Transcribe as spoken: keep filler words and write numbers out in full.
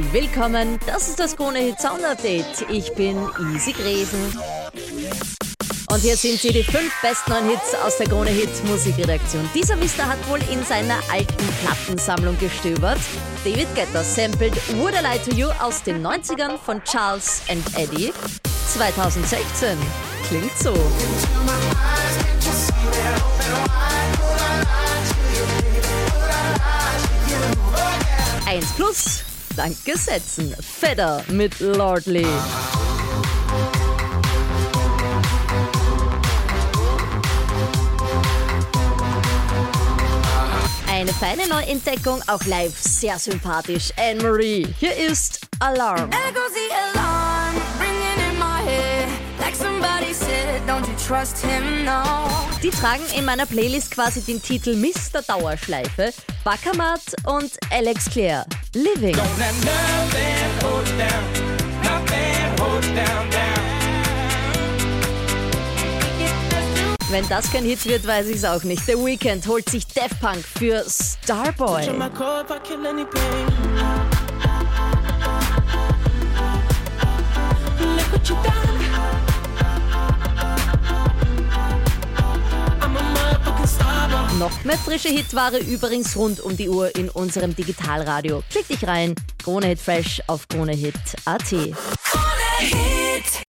Willkommen, das ist das Krone Hit Sound Update. Ich bin Easy Gresen. Und hier sind sie, die fünf besten neuen Hits aus der Krone Hit Musikredaktion. Dieser Mister hat wohl in seiner alten Plattensammlung gestöbert. David Guetta sampled Would I Lie to You aus den neunzigern von Charles and Eddie. zweitausendsechzehn klingt so. eins plus, dank Gesetzen. Fedder mit Lordly. Eine feine Neuentdeckung, auch live sehr sympathisch. Anne-Marie, hier ist Alarm. Die tragen in meiner Playlist quasi den Titel Mister Dauerschleife, Baccamat und Alex Clare, Living. Wenn das kein Hit wird, weiß ich es auch nicht. The Weeknd holt sich Daft Punk für Starboy. Noch mehr frische Hitware übrigens rund um die Uhr in unserem Digitalradio. Klick dich rein, Krone Hit Fresh auf Krone Hit Punkt at.